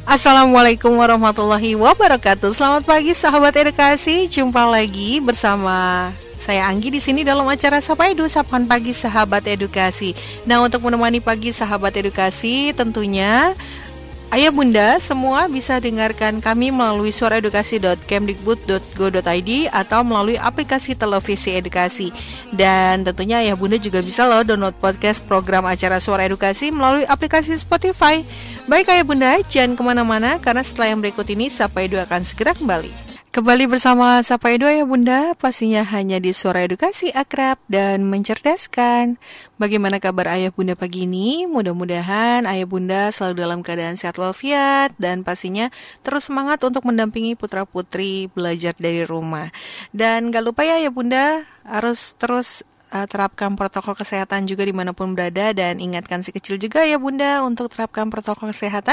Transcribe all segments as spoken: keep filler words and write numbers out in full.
Assalamualaikum warahmatullahi wabarakatuh. Selamat pagi sahabat edukasi. Jumpa lagi bersama saya Anggi di sini dalam acara Sapa Edu, Sapaan Pagi Sahabat Edukasi. Nah, untuk menemani pagi sahabat edukasi, tentunya Ayah Bunda semua bisa dengarkan kami melalui suara edukasi dot kemdikbud dot go dot i d atau melalui aplikasi televisi edukasi. Dan tentunya Ayah Bunda juga bisa loh download podcast program acara Suara Edukasi melalui aplikasi Spotify. Baik Ayah Bunda, jangan kemana-mana karena setelah yang berikut ini Sapa Edu akan segera kembali. Kembali bersama Sapa Edu Ayah Bunda, pastinya hanya di Suara Edukasi akrab dan mencerdaskan. Bagaimana kabar Ayah Bunda pagi ini? Mudah-mudahan Ayah Bunda selalu dalam keadaan sehat walafiat dan pastinya terus semangat untuk mendampingi putra-putri belajar dari rumah. Dan gak lupa ya Ayah Bunda harus terus Uh, terapkan protokol kesehatan juga dimanapun berada, dan ingatkan si kecil juga ya Bunda untuk terapkan protokol kesehatan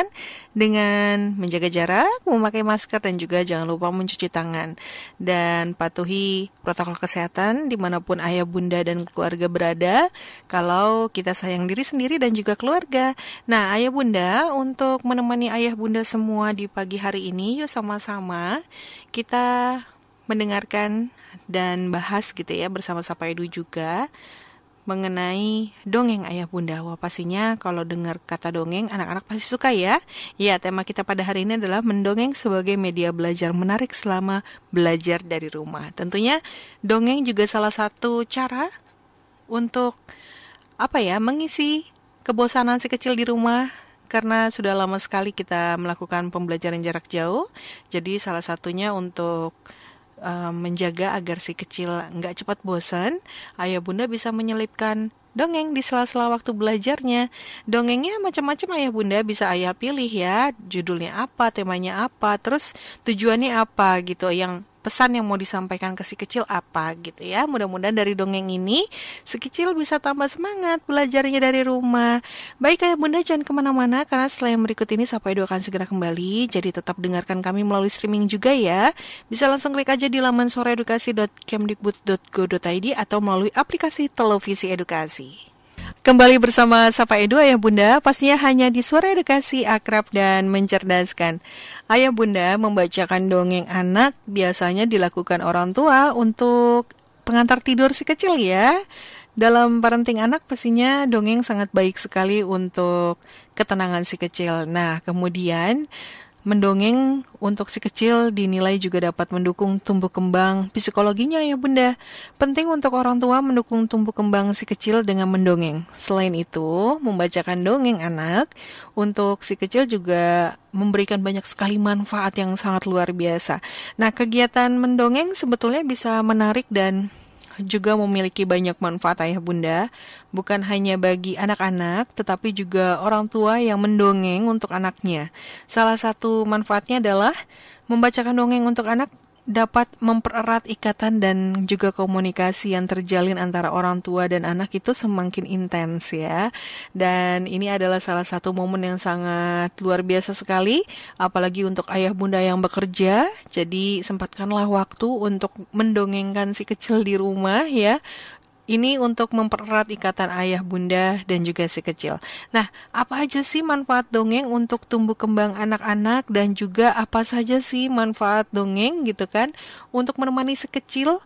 dengan menjaga jarak, memakai masker, dan juga jangan lupa mencuci tangan. Dan patuhi protokol kesehatan dimanapun Ayah Bunda dan keluarga berada, kalau kita sayang diri sendiri dan juga keluarga. Nah Ayah Bunda, untuk menemani Ayah Bunda semua di pagi hari ini, yuk sama-sama kita mendengarkan dan bahas gitu ya bersama Sapa Edu juga mengenai dongeng Ayah Bunda. Wah, pastinya kalau dengar kata dongeng anak-anak pasti suka ya. Ya, tema kita pada hari ini adalah mendongeng sebagai media belajar menarik selama belajar dari rumah. Tentunya dongeng juga salah satu cara untuk apa ya, mengisi kebosanan si kecil di rumah. Karena sudah lama sekali kita melakukan pembelajaran jarak jauh. Jadi salah satunya untuk Uh, menjaga agar si kecil nggak cepat bosan, Ayah Bunda bisa menyelipkan dongeng di sela-sela waktu belajarnya. Dongengnya macam-macam Ayah Bunda, bisa Ayah pilih ya, judulnya apa, temanya apa, terus tujuannya apa gitu, yang pesan yang mau disampaikan ke si kecil apa gitu ya. Mudah-mudahan dari dongeng ini si kecil bisa tambah semangat belajarnya dari rumah. Baik Ayah Bunda, jangan kemana-mana karena setelah yang berikut ini Sapa Edu akan segera kembali. Jadi tetap dengarkan kami melalui streaming juga ya. Bisa langsung klik aja di laman suara edukasi dot kemdikbud dot go dot i d atau melalui aplikasi televisi edukasi. Kembali bersama Sapa Edu Ayah Bunda, pastinya hanya di Suara Edukasi akrab dan mencerdaskan. Ayah Bunda membacakan dongeng anak biasanya dilakukan orang tua untuk pengantar tidur si kecil ya. Dalam parenting anak pastinya dongeng sangat baik sekali untuk ketenangan si kecil. Nah, kemudian mendongeng untuk si kecil dinilai juga dapat mendukung tumbuh kembang psikologinya ya Bunda. Penting untuk orang tua mendukung tumbuh kembang si kecil dengan mendongeng. Selain itu, membacakan dongeng anak untuk si kecil juga memberikan banyak sekali manfaat yang sangat luar biasa. Nah, kegiatan mendongeng sebetulnya bisa menarik dan juga memiliki banyak manfaat Ayah Bunda, bukan hanya bagi anak-anak, tetapi juga orang tua yang mendongeng untuk anaknya. Salah satu manfaatnya adalah membacakan dongeng untuk anak dapat mempererat ikatan dan juga komunikasi yang terjalin antara orang tua dan anak itu semakin intens ya. Dan ini adalah salah satu momen yang sangat luar biasa sekali, apalagi untuk Ayah Bunda yang bekerja. Jadi sempatkanlah waktu untuk mendongengkan si kecil di rumah ya. Ini untuk mempererat ikatan Ayah Bunda dan juga si kecil. Nah, apa aja sih manfaat dongeng untuk tumbuh kembang anak-anak dan juga apa saja sih manfaat dongeng gitu kan untuk menemani si kecil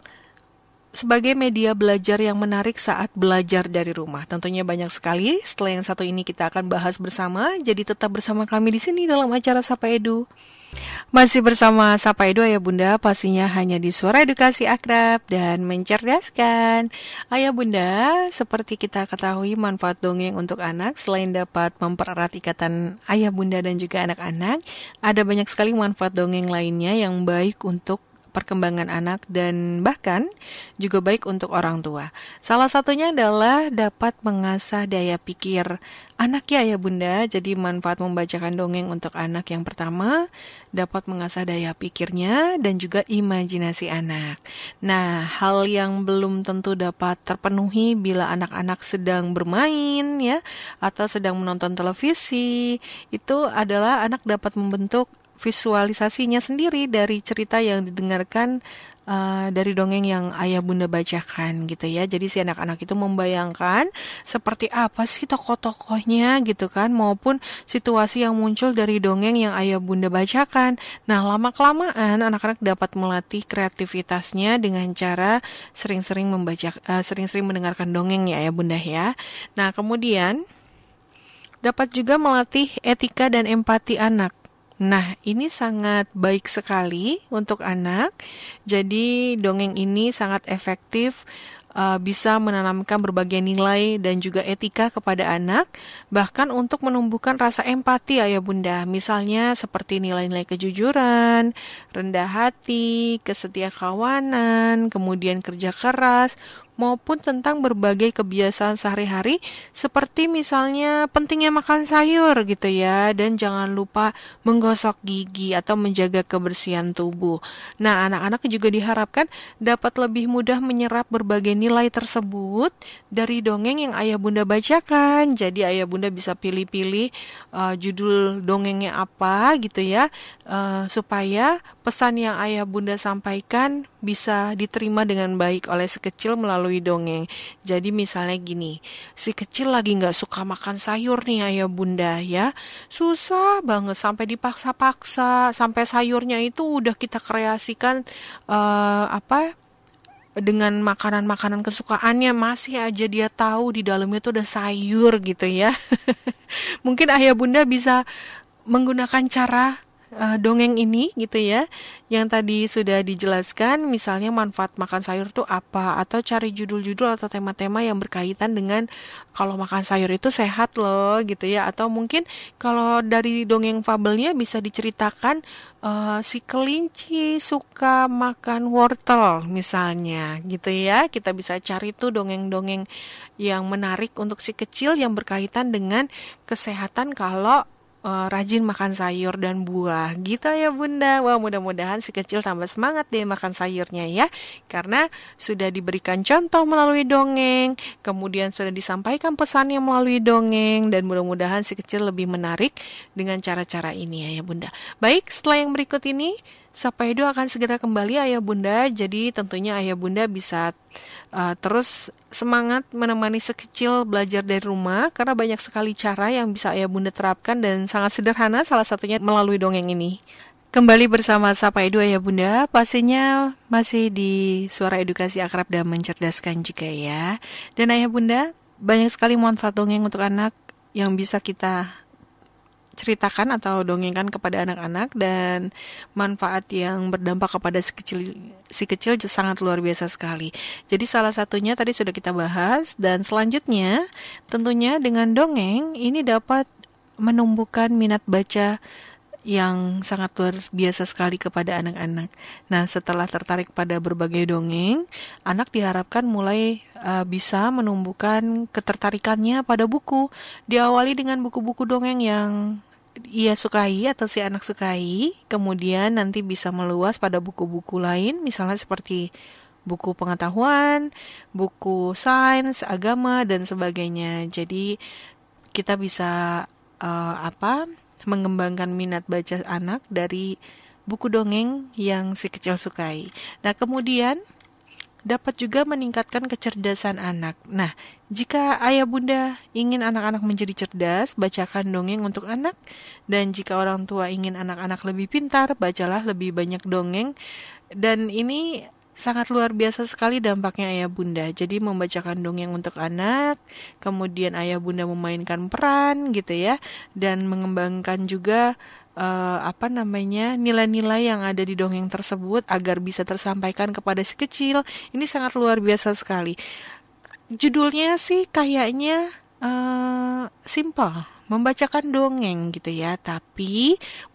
sebagai media belajar yang menarik saat belajar dari rumah. Tentunya banyak sekali. Setelah yang satu ini kita akan bahas bersama. Jadi tetap bersama kami di sini dalam acara Sapa Edu. Masih bersama Sapa Edu Ayah Bunda, pastinya hanya di Suara Edukasi akrab dan mencerdaskan. Ayah Bunda, seperti kita ketahui manfaat dongeng untuk anak selain dapat mempererat ikatan Ayah Bunda dan juga anak-anak, ada banyak sekali manfaat dongeng lainnya yang baik untuk perkembangan anak dan bahkan juga baik untuk orang tua. Salah satunya adalah dapat mengasah daya pikir anak ya ya Bunda. Jadi manfaat membacakan dongeng untuk anak yang pertama dapat mengasah daya pikirnya dan juga imajinasi anak. Nah, hal yang belum tentu dapat terpenuhi bila anak-anak sedang bermain ya atau sedang menonton televisi, itu adalah anak dapat membentuk visualisasinya sendiri dari cerita yang didengarkan uh, dari dongeng yang ayah bunda bacakan gitu ya. Jadi si anak-anak itu membayangkan seperti apa sih tokoh-tokohnya gitu kan, maupun situasi yang muncul dari dongeng yang ayah bunda bacakan. Nah, lama-kelamaan anak-anak dapat melatih kreativitasnya dengan cara sering-sering membaca, uh, sering-sering mendengarkan dongeng ya ayah bunda ya. Nah, kemudian dapat juga melatih etika dan empati anak. Nah, ini sangat baik sekali untuk anak. Jadi, dongeng ini sangat efektif, uh, bisa menanamkan berbagai nilai dan juga etika kepada anak, bahkan untuk menumbuhkan rasa empati ayah bunda. Misalnya seperti nilai-nilai kejujuran, rendah hati, kesetiakawanan, kemudian kerja keras, maupun tentang berbagai kebiasaan sehari-hari seperti misalnya pentingnya makan sayur gitu ya, dan jangan lupa menggosok gigi atau menjaga kebersihan tubuh. Nah, anak-anak juga diharapkan dapat lebih mudah menyerap berbagai nilai tersebut dari dongeng yang ayah bunda bacakan. Jadi ayah bunda bisa pilih-pilih uh, judul dongengnya apa gitu ya, uh, supaya pesan yang ayah bunda sampaikan bisa diterima dengan baik oleh si kecil melalui dongeng. Jadi misalnya gini, si kecil lagi nggak suka makan sayur nih ayah bunda ya, susah banget sampai dipaksa-paksa, sampai sayurnya itu udah kita kreasikan uh, apa dengan makanan-makanan kesukaannya, masih aja dia tahu di dalamnya tuh ada sayur gitu ya. Mungkin ayah bunda bisa menggunakan cara uh, dongeng ini gitu ya, yang tadi sudah dijelaskan, misalnya manfaat makan sayur itu apa, atau cari judul-judul atau tema-tema yang berkaitan dengan kalau makan sayur itu sehat loh gitu ya. Atau mungkin kalau dari dongeng fabelnya bisa diceritakan uh, si kelinci suka makan wortel misalnya gitu ya. Kita bisa cari tuh dongeng-dongeng yang menarik untuk si kecil yang berkaitan dengan kesehatan kalau Uh, rajin makan sayur dan buah gitu ya bunda. Wah, mudah-mudahan si kecil tambah semangat deh makan sayurnya ya, karena sudah diberikan contoh melalui dongeng, kemudian sudah disampaikan pesannya melalui dongeng, dan mudah-mudahan si kecil lebih menarik dengan cara-cara ini ya, ya bunda. Baik, setelah yang berikut ini Sapa Edu akan segera kembali ayah bunda. Jadi tentunya ayah bunda bisa uh, terus semangat menemani sekecil belajar dari rumah, karena banyak sekali cara yang bisa ayah bunda terapkan dan sangat sederhana, salah satunya melalui dongeng ini. Kembali bersama Sapa Edu ayah bunda, pastinya masih di Suara Edukasi Akrab dan Mencerdaskan juga ya. Dan ayah bunda, banyak sekali manfaat dongeng untuk anak yang bisa kita ceritakan atau dongengkan kepada anak-anak, dan manfaat yang berdampak kepada si kecil, si kecil sangat luar biasa sekali. Jadi salah satunya tadi sudah kita bahas, dan selanjutnya tentunya dengan dongeng ini dapat menumbuhkan minat baca yang sangat luar biasa sekali kepada anak-anak. Nah, setelah tertarik pada berbagai dongeng, anak diharapkan mulai uh, bisa menumbuhkan ketertarikannya pada buku. Diawali dengan buku-buku dongeng yang ia sukai atau si anak sukai, kemudian nanti bisa meluas pada buku-buku lain, misalnya seperti buku pengetahuan, buku sains, agama, dan sebagainya. Jadi kita bisa uh, apa mengembangkan minat baca anak dari buku dongeng yang si kecil sukai. Nah, kemudian dapat juga meningkatkan kecerdasan anak. Nah, jika ayah bunda ingin anak-anak menjadi cerdas, bacakan dongeng untuk anak. Dan jika orang tua ingin anak-anak lebih pintar, bacalah lebih banyak dongeng. Dan ini sangat luar biasa sekali dampaknya ayah bunda. Jadi membacakan dongeng untuk anak, kemudian ayah bunda memainkan peran gitu ya, dan mengembangkan juga Uh, apa namanya nilai-nilai yang ada di dongeng tersebut agar bisa tersampaikan kepada si kecil. Ini sangat luar biasa sekali. Judulnya sih kayaknya uh, simple, membacakan dongeng gitu ya, tapi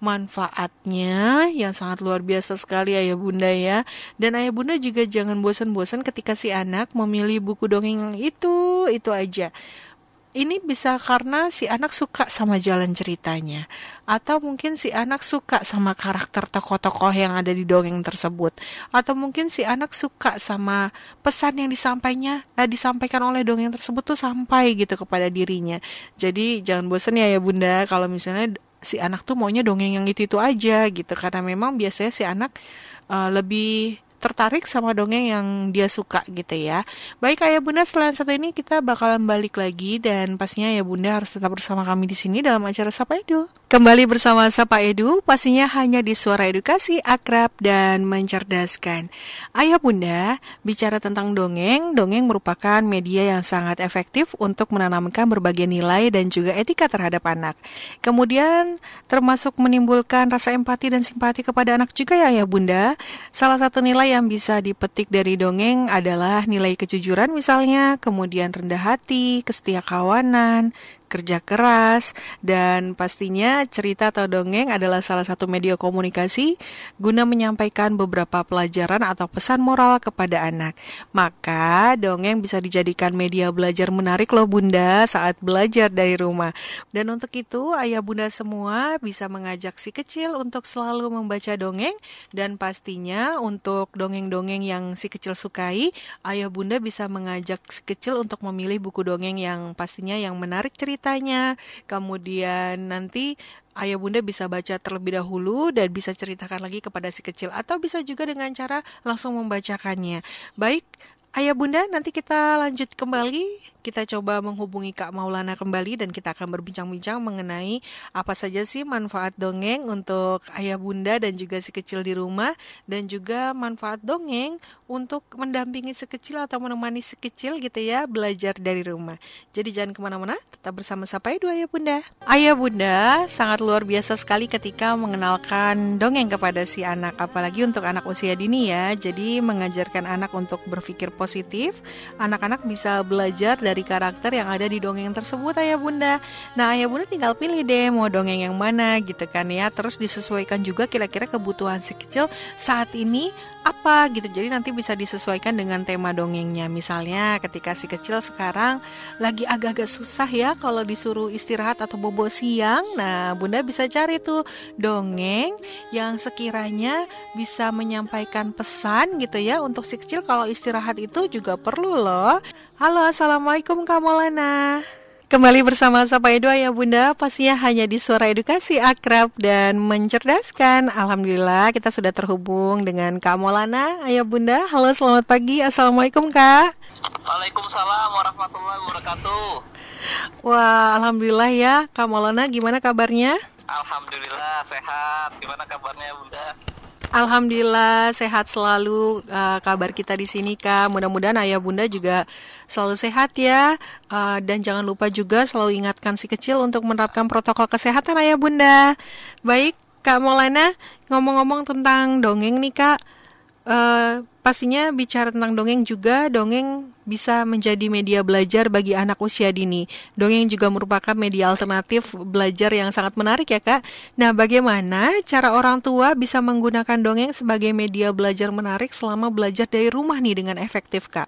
manfaatnya yang sangat luar biasa sekali ayah bunda ya. Dan ayah bunda juga jangan bosan-bosan ketika si anak memilih buku dongeng yang itu itu aja. Ini bisa karena si anak suka sama jalan ceritanya, atau mungkin si anak suka sama karakter tokoh-tokoh yang ada di dongeng tersebut, atau mungkin si anak suka sama pesan yang disampainya, eh, disampaikan oleh dongeng tersebut tuh sampai gitu kepada dirinya. Jadi jangan bosan ya ya bunda, kalau misalnya si anak tuh maunya dongeng yang itu-itu aja gitu, karena memang biasanya si anak uh, lebih tertarik sama dongeng yang dia suka gitu ya. Baik Ayah Bunda, selain satu ini kita bakalan balik lagi dan pastinya Ayah Bunda harus tetap bersama kami di sini dalam acara Sapa Edu. Kembali bersama Sapa Edu, pastinya hanya di Suara Edukasi, akrab dan mencerdaskan. Ayah Bunda, bicara tentang dongeng, dongeng merupakan media yang sangat efektif untuk menanamkan berbagai nilai dan juga etika terhadap anak. Kemudian termasuk menimbulkan rasa empati dan simpati kepada anak juga ya Ayah Bunda. Salah satu nilai yang bisa dipetik dari dongeng adalah nilai kejujuran misalnya, kemudian rendah hati, kesetia kawanan, kerja keras, dan pastinya cerita atau dongeng adalah salah satu media komunikasi guna menyampaikan beberapa pelajaran atau pesan moral kepada anak. Maka dongeng bisa dijadikan media belajar menarik loh Bunda saat belajar dari rumah. Dan untuk itu Ayah Bunda semua bisa mengajak si kecil untuk selalu membaca dongeng, dan pastinya untuk dongeng-dongeng yang si kecil sukai, Ayah Bunda bisa mengajak si kecil untuk memilih buku dongeng yang pastinya yang menarik cerita ceritanya. Kemudian nanti Ayah Bunda bisa baca terlebih dahulu dan bisa ceritakan lagi kepada si kecil, atau bisa juga dengan cara langsung membacakannya. Baik Ayah Bunda, nanti kita lanjut kembali. Kita coba menghubungi Kak Maulana kembali dan kita akan berbincang-bincang mengenai apa saja sih manfaat dongeng untuk Ayah Bunda dan juga si kecil di rumah, dan juga manfaat dongeng untuk mendampingi si kecil atau menemani si kecil gitu ya belajar dari rumah. Jadi jangan kemana-mana, tetap bersama Sapa Edu Ayah Bunda. Ayah Bunda sangat luar biasa sekali ketika mengenalkan dongeng kepada si anak, apalagi untuk anak usia dini ya. Jadi mengajarkan anak untuk berpikir positif, anak-anak bisa belajar dari karakter yang ada di dongeng tersebut Ayah Bunda. Nah Ayah Bunda tinggal pilih deh mau dongeng yang mana gitu kan ya. Terus disesuaikan juga kira-kira kebutuhan si kecil saat ini apa gitu. Jadi nanti bisa disesuaikan dengan tema dongengnya. Misalnya ketika si kecil sekarang lagi agak-agak susah ya kalau disuruh istirahat atau bobo siang, nah Bunda bisa cari tuh dongeng yang sekiranya bisa menyampaikan pesan gitu ya untuk si kecil kalau istirahat itu juga perlu loh. Halo, Assalamualaikum Kak Maulana. Kembali bersama Sapa Edu Ayah Bunda, pastinya hanya di Suara Edukasi, akrab dan mencerdaskan. Alhamdulillah kita sudah terhubung dengan Kak Maulana Ayah Bunda. Halo, selamat pagi. Assalamualaikum Kak. Waalaikumsalam warahmatullahi wabarakatuh. Wah, Alhamdulillah ya Kak Maulana, gimana kabarnya? Alhamdulillah sehat. Gimana kabarnya Bunda? Alhamdulillah sehat selalu, uh, kabar kita di sini Kak. Mudah-mudahan Ayah Bunda juga selalu sehat ya. Uh, dan jangan lupa juga selalu ingatkan si kecil untuk menerapkan protokol kesehatan Ayah Bunda. Baik Kak Maulana, ngomong-ngomong tentang dongeng nih Kak. Uh, pastinya bicara tentang dongeng juga, dongeng bisa menjadi media belajar bagi anak usia dini. Dongeng juga merupakan media alternatif belajar yang sangat menarik ya Kak. Nah bagaimana cara orang tua bisa menggunakan dongeng sebagai media belajar menarik selama belajar dari rumah nih dengan efektif Kak?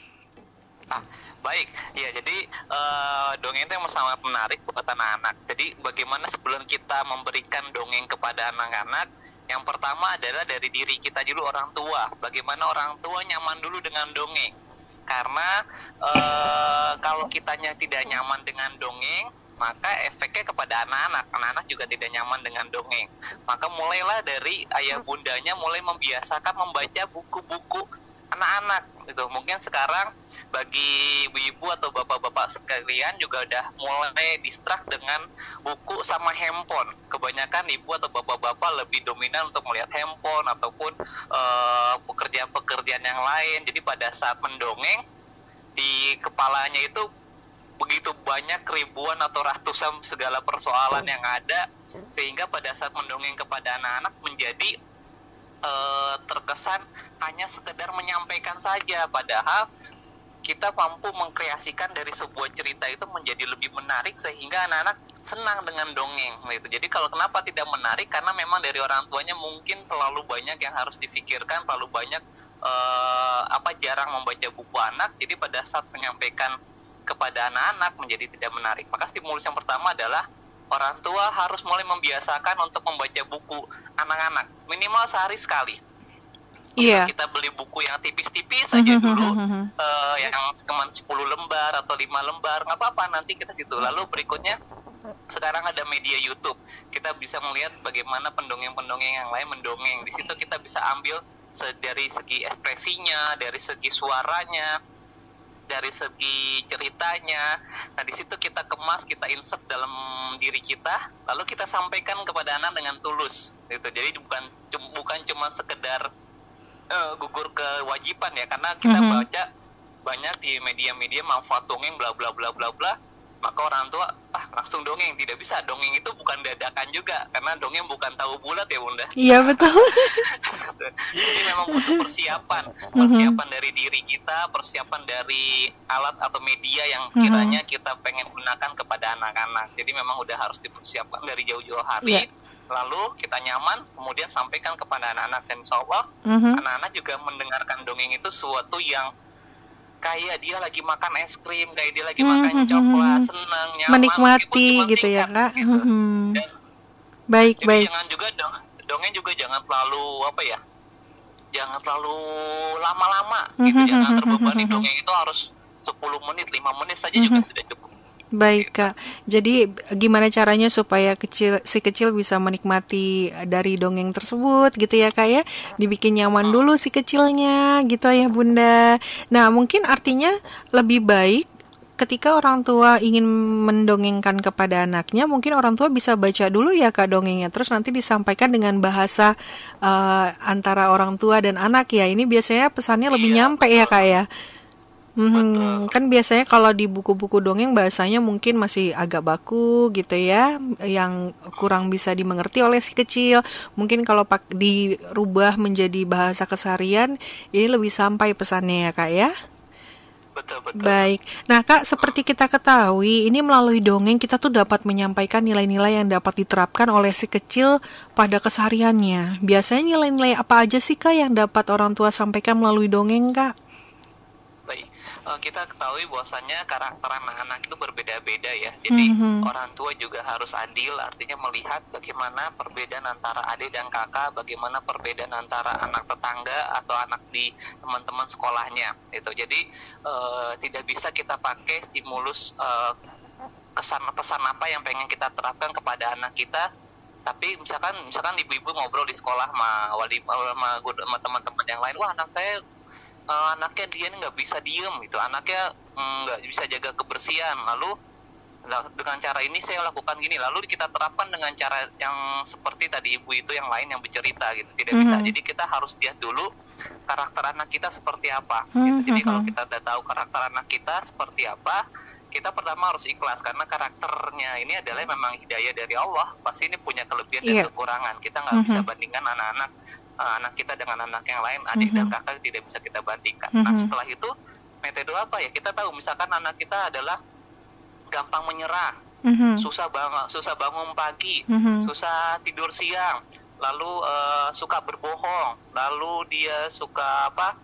Ah, baik, ya jadi uh, dongeng itu yang sangat menarik buat anak-anak. Jadi bagaimana sebelum kita memberikan dongeng kepada anak-anak, yang pertama adalah dari diri kita dulu orang tua. Bagaimana orang tua nyaman dulu dengan dongeng. Karena e, kalau kitanya tidak nyaman dengan dongeng, maka efeknya kepada anak-anak. Anak-anak juga tidak nyaman dengan dongeng. Maka mulailah dari ayah bundanya mulai membiasakan membaca buku-buku anak-anak gitu. Mungkin sekarang bagi ibu-ibu atau bapak-bapak sekalian juga udah mulai distract dengan buku sama handphone. Kebanyakan ibu atau bapak-bapak lebih dominan untuk melihat handphone ataupun uh, pekerjaan-pekerjaan yang lain. Jadi pada saat mendongeng di kepalanya itu begitu banyak ribuan atau ratusan segala persoalan yang ada, sehingga pada saat mendongeng kepada anak-anak menjadi Uh, terkesan hanya sekedar menyampaikan saja, padahal kita mampu mengkreasikan dari sebuah cerita itu menjadi lebih menarik sehingga anak-anak senang dengan dongeng gitu. Jadi kalau kenapa tidak menarik, karena memang dari orang tuanya mungkin terlalu banyak yang harus difikirkan, terlalu banyak uh, apa jarang membaca buku anak, jadi pada saat menyampaikan kepada anak-anak menjadi tidak menarik. Maka stimulus yang pertama adalah orang tua harus mulai membiasakan untuk membaca buku anak-anak minimal sehari sekali. Iya. Yeah. Kita beli buku yang tipis-tipis saja dulu, uh, yang cuma sepuluh lembar atau lima lembar, nggak apa-apa, nanti kita situ. Lalu berikutnya sekarang ada media YouTube, kita bisa melihat bagaimana pendongeng-pendongeng yang lain mendongeng. Di situ kita bisa ambil dari segi ekspresinya, dari segi suaranya, dari segi ceritanya. Nah, di situ kita kemas, kita insert dalam diri kita, lalu kita sampaikan kepada anak dengan tulus gitu. Jadi bukan bukan cuma sekedar uh, gugur kewajiban ya, karena kita mm-hmm. baca banyak di media-media manfaat dongeng bla bla bla bla bla, maka orang tua ah langsung dongeng. Tidak bisa, dongeng itu bukan dadakan juga, karena dongeng bukan tahu bulat ya Bunda. Iya betul. Jadi memang butuh persiapan, persiapan mm-hmm. dari diri kita, persiapan dari alat atau media yang kiranya mm-hmm. kita pengen gunakan kepada anak-anak. Jadi memang udah harus dipersiapkan dari jauh-jauh hari. Yeah. Lalu kita nyaman, kemudian sampaikan kepada anak-anak, dan insya Allah mm-hmm. anak-anak juga mendengarkan dongeng itu suatu yang kayak dia lagi makan es krim, kayak dia lagi mm-hmm. makan coklat, senang, nyaman, menikmati gitu ya Kak. Gitu. Mm-hmm. Dan, baik jadi baik. Jangan juga dong, dongeng juga jangan terlalu apa ya, jangan terlalu lama-lama gitu, mm-hmm. jangan terbebani. Dongeng itu harus sepuluh menit, lima menit saja mm-hmm. juga sudah cukup. Baik Kak, jadi gimana caranya supaya kecil si kecil bisa menikmati dari dongeng tersebut gitu ya Kak ya? Dibikin nyaman dulu si kecilnya gitu ya Bunda. Nah mungkin artinya lebih baik ketika orang tua ingin mendongengkan kepada anaknya, mungkin orang tua bisa baca dulu ya Kak dongengnya, terus nanti disampaikan dengan bahasa uh, antara orang tua dan anak ya. Ini biasanya pesannya lebih iya, nyampe betul. ya Kak ya. Hmm, kan biasanya kalau di buku-buku dongeng bahasanya mungkin masih agak baku gitu ya, yang kurang bisa dimengerti oleh si kecil. Mungkin kalau pak dirubah menjadi bahasa keseharian, ini lebih sampai pesannya ya Kak ya. Betul, betul. Baik. Nah Kak, seperti kita ketahui, ini melalui dongeng kita tuh dapat menyampaikan nilai-nilai yang dapat diterapkan oleh si kecil pada kesehariannya. Biasanya nilai-nilai apa aja sih Kak yang dapat orang tua sampaikan melalui dongeng Kak? Baik, uh, kita ketahui bahwasannya karakter anak-anak itu berbeda-beda ya. Jadi mm-hmm. orang tua juga harus adil, artinya melihat bagaimana perbedaan antara adik dan kakak, bagaimana perbedaan antara anak tetangga atau anak di teman-teman sekolahnya. Gitu. Jadi uh, tidak bisa kita pakai stimulus uh, kesan pesan apa yang pengen kita terapkan kepada anak kita. Tapi misalkan misalkan ibu-ibu ngobrol di sekolah sama wali sama, sama teman-teman yang lain, wah anak saya Uh, anaknya dia nggak bisa diem gitu, anaknya nggak mm, bisa jaga kebersihan, lalu dengan cara ini saya lakukan gini, lalu kita terapkan dengan cara yang seperti tadi ibu itu yang lain yang bercerita gitu, tidak mm-hmm. bisa. Jadi kita harus lihat dulu karakter anak kita seperti apa gitu. Mm-hmm. Jadi kalau kita udah tahu karakter anak kita seperti apa, kita pertama harus ikhlas, karena karakternya ini adalah memang hidayah dari Allah, pasti ini punya kelebihan yeah. dan kekurangan. Kita nggak mm-hmm. bisa bandingkan anak-anak uh, anak kita dengan anak yang lain, adik mm-hmm. dan kakak tidak bisa kita bandingkan. Mm-hmm. Nah setelah itu metode apa ya? Kita tahu misalkan anak kita adalah gampang menyerah, mm-hmm. susah banget, susah bangun pagi, mm-hmm. susah tidur siang, lalu uh, suka berbohong, lalu dia suka apa?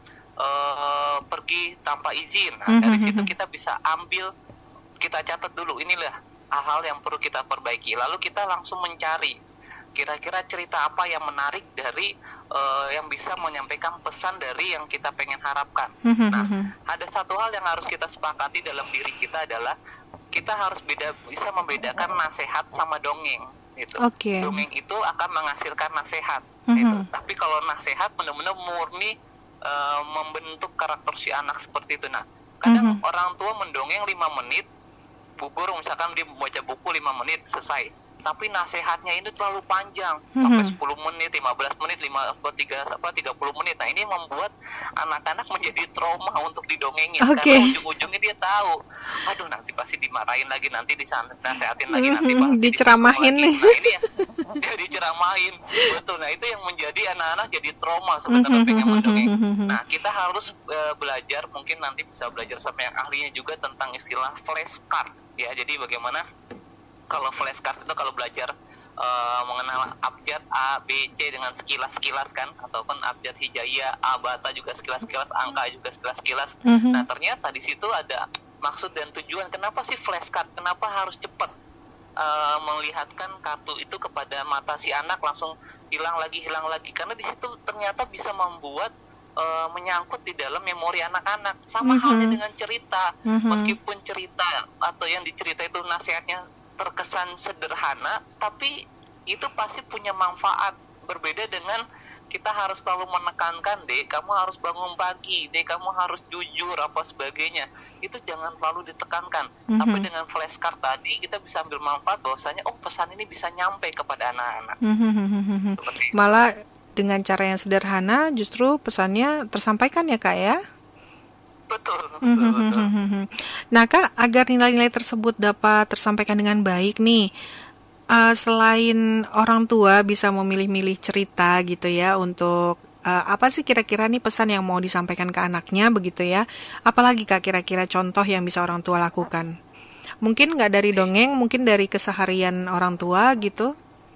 Uh, pergi tanpa izin. Nah, mm-hmm. dari situ kita bisa ambil, kita catat dulu, inilah hal-hal yang perlu kita perbaiki. Lalu kita langsung mencari kira-kira cerita apa yang menarik dari uh, yang bisa menyampaikan pesan dari yang kita pengen harapkan. Mm-hmm. Nah, ada satu hal yang harus kita sepakati dalam diri kita adalah kita harus beda bisa membedakan nasihat sama dongeng. Gitu. Okay. Dongeng itu akan menghasilkan nasihat. Mm-hmm. Gitu. Tapi kalau nasihat benar-benar murni uh, membentuk karakter si anak seperti itu. Nah, kadang mm-hmm. orang tua mendongeng lima menit, gugur, misalkan dia membaca buku lima menit selesai, tapi nasihatnya ini terlalu panjang, mm-hmm. sampai sepuluh menit, lima belas menit, lima tiga apa tiga puluh menit. Nah, ini membuat anak-anak menjadi trauma untuk didongengin. Okay. Karena ujung-ujungnya dia tahu, aduh nanti pasti dimarahin lagi, nanti dinasihatin lagi, nanti mm-hmm. diceramahin nih. Nah, ini ya, ya diceramahin. Betul. Nah, itu yang menjadi anak-anak jadi trauma sebenarnya mm-hmm. pengen mendongeng. Nah, kita harus uh, belajar, mungkin nanti bisa belajar sama yang ahlinya juga tentang istilah flashcard. Ya, jadi bagaimana kalau flashcard itu kalau belajar uh, mengenal abjad A, B, C dengan sekilas-sekilas kan, ataupun abjad hijaiyah, A, bata juga sekilas-sekilas, angka juga sekilas-sekilas. Mm-hmm. Nah, ternyata di situ ada maksud dan tujuan. Kenapa sih flashcard? Kenapa harus cepat uh, melihatkan kartu itu kepada mata si anak, langsung hilang lagi, hilang lagi? Karena di situ ternyata bisa membuat Uh, menyangkut di dalam memori anak-anak. Sama mm-hmm. halnya dengan cerita, mm-hmm. meskipun cerita atau yang dicerita itu nasihatnya terkesan sederhana, tapi itu pasti punya manfaat. Berbeda dengan kita harus selalu menekankan, deh kamu harus bangun pagi, deh kamu harus jujur apa sebagainya. Itu jangan terlalu ditekankan. Mm-hmm. Tapi dengan flashcard tadi kita bisa ambil manfaat bahwasanya oh pesan ini bisa nyampe kepada anak-anak. Mm-hmm. Malah dengan cara yang sederhana justru pesannya tersampaikan ya Kak ya. Betul, betul, betul. Nah Kak, agar nilai-nilai tersebut dapat tersampaikan dengan baik nih, Uh, selain orang tua bisa memilih-milih cerita gitu ya untuk uh, apa sih kira-kira nih pesan yang mau disampaikan ke anaknya begitu ya. Apalagi Kak kira-kira contoh yang bisa orang tua lakukan? Mungkin nggak dari dongeng, mungkin dari keseharian orang tua gitu.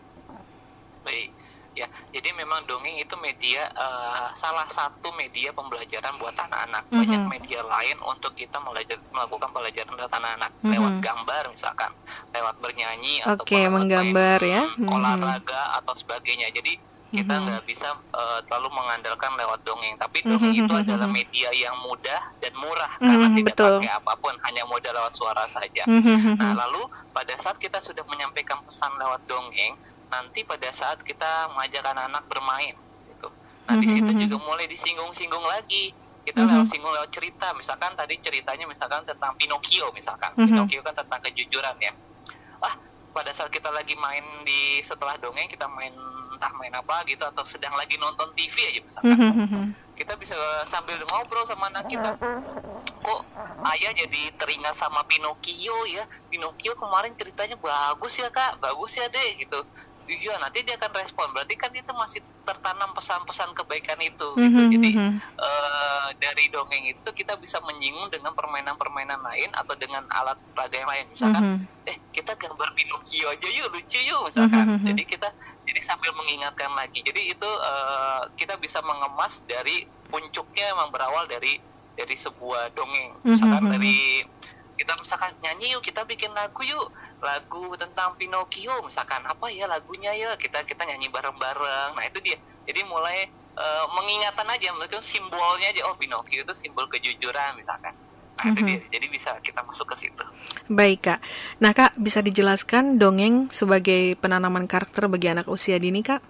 Baik, ya. Jadi memang dongeng itu media uh, salah satu media pembelajaran buat anak-anak. Mm-hmm. Banyak media lain untuk kita melajar, melakukan pelajaran buat anak-anak. Mm-hmm. Lewat gambar misalkan, lewat bernyanyi okay, ataupun menggambar main, ya, olahraga mm-hmm. atau sebagainya. Jadi kita nggak mm-hmm. bisa uh, terlalu mengandalkan lewat dongeng. Tapi dongeng mm-hmm. itu adalah media yang mudah dan murah mm-hmm. karena tidak Betul. pakai apapun, hanya modal lewat suara saja. Mm-hmm. Nah lalu pada saat kita sudah menyampaikan pesan lewat dongeng, nanti pada saat kita mengajak anak-anak bermain gitu. Nah, di situ juga mulai disinggung-singgung lagi. Kita lewat singgung lewat cerita. Misalkan tadi ceritanya misalkan tentang Pinocchio misalkan. Pinocchio kan tentang kejujuran ya. Wah, pada saat kita lagi main di setelah dongeng kita main entah main apa gitu atau sedang lagi nonton T V aja misalkan. Kita bisa sambil ngobrol sama anak kita. Kok ayah jadi teringat sama Pinocchio ya? Pinocchio kemarin ceritanya bagus ya Kak, bagus ya Dek gitu. Iya, nanti dia akan respon. Berarti kan itu masih tertanam pesan-pesan kebaikan itu. Gitu. Mm-hmm. Jadi uh, dari dongeng itu kita bisa menyinggung dengan permainan-permainan lain atau dengan alat peraga yang lain. Misalkan, mm-hmm. eh kita gambar Pinocchio aja yuk, lucu yuk, misalkan. Mm-hmm. Jadi kita jadi sambil mengingatkan lagi. Jadi itu uh, kita bisa mengemas dari puncuknya memang berawal dari dari sebuah dongeng. Misalkan mm-hmm. dari kita misalkan nyanyi yuk, kita bikin lagu yuk, lagu tentang Pinocchio misalkan, apa ya lagunya ya, kita kita nyanyi bareng-bareng. Nah itu dia, jadi mulai uh, mengingatkan aja, mungkin simbolnya aja, oh Pinocchio itu simbol kejujuran misalkan. Nah mm-hmm. itu dia, jadi bisa kita masuk ke situ. Baik Kak, nah Kak bisa dijelaskan dongeng sebagai penanaman karakter bagi anak usia dini Kak?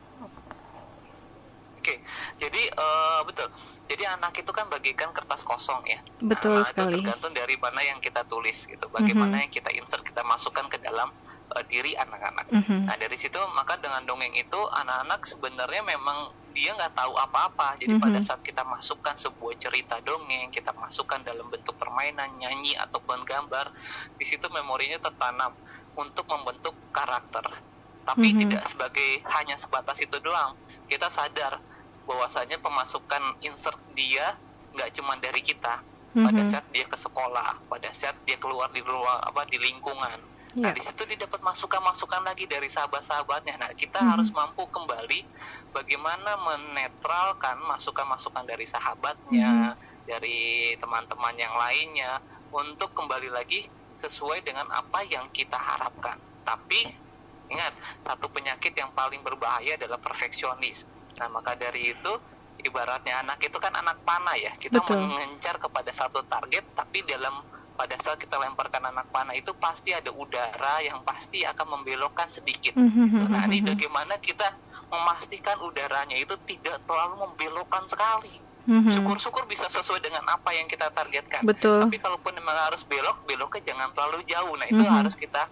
Oke, jadi uh, betul. Jadi anak itu kan bagikan kertas kosong ya. Betul nah, sekali. Itu tergantung dari mana yang kita tulis gitu. Bagaimana mm-hmm. yang kita insert, kita masukkan ke dalam uh, diri anak-anak. Mm-hmm. Nah dari situ maka dengan dongeng itu anak-anak sebenarnya memang dia nggak tahu apa-apa. Jadi mm-hmm. pada saat kita masukkan sebuah cerita dongeng, kita masukkan dalam bentuk permainan, nyanyi ataupun gambar, di situ memorinya tertanam untuk membentuk karakter. Tapi mm-hmm. tidak sebagai hanya sebatas itu doang. Kita sadar bahwasanya pemasukan insert dia nggak cuma dari kita. Mm-hmm. Pada saat dia ke sekolah, pada saat dia keluar di ruang apa di lingkungan. Yeah. Nah di situ dia dapat masukan-masukan lagi dari sahabat-sahabatnya. Nah kita mm-hmm. harus mampu kembali bagaimana menetralkan masukan-masukan dari sahabatnya, mm-hmm. dari teman-teman yang lainnya untuk kembali lagi sesuai dengan apa yang kita harapkan. Tapi ingat, satu penyakit yang paling berbahaya adalah perfeksionis. Nah maka dari itu ibaratnya anak itu kan anak panah ya, kita Betul. mengencar kepada satu target, tapi dalam pada saat kita lemparkan anak panah itu pasti ada udara yang pasti akan membelokkan sedikit. Mm-hmm. Gitu. Nah ini bagaimana kita memastikan udaranya itu tidak terlalu membelokkan sekali. Mm-hmm. Syukur-syukur bisa sesuai dengan apa yang kita targetkan. Betul. Tapi kalaupun memang harus belok, beloknya jangan terlalu jauh. Nah itu mm-hmm. harus kita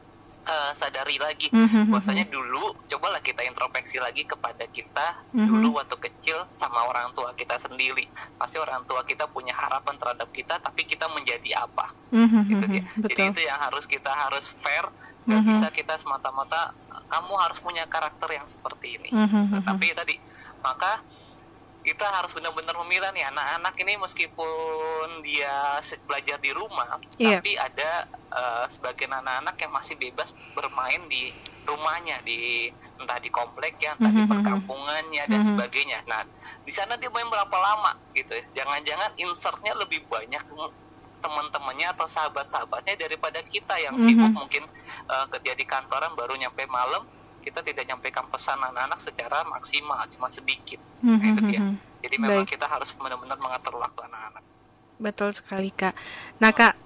Uh, sadari lagi mm-hmm. bahwasanya dulu cobalah kita introspeksi lagi kepada kita mm-hmm. dulu waktu kecil sama orang tua kita sendiri. Pasti orang tua kita punya harapan terhadap kita, tapi kita menjadi apa mm-hmm. gitu dia. Jadi itu yang harus kita harus fair, nggak mm-hmm. bisa kita semata-mata kamu harus punya karakter yang seperti ini. Mm-hmm. Tapi tadi maka kita harus benar-benar memilah nih anak-anak ini meskipun dia belajar di rumah, yeah. tapi ada uh, sebagian anak-anak yang masih bebas bermain di rumahnya, di entah di komplek ya, entah mm-hmm. di perkampungannya dan mm-hmm. sebagainya. Nah, di sana dia main berapa lama gitu ya? Jangan-jangan insertnya lebih banyak teman-temannya atau sahabat-sahabatnya daripada kita yang mm-hmm. sibuk mungkin uh, kerja di kantoran baru nyampe malam. Kita tidak nyampaikan pesan anak-anak secara maksimal, cuma sedikit. Mm-hmm. Nah, itu dia. Jadi memang Baik. kita harus benar-benar mengatur waktu anak-anak. Betul sekali Kak. Nah Kak,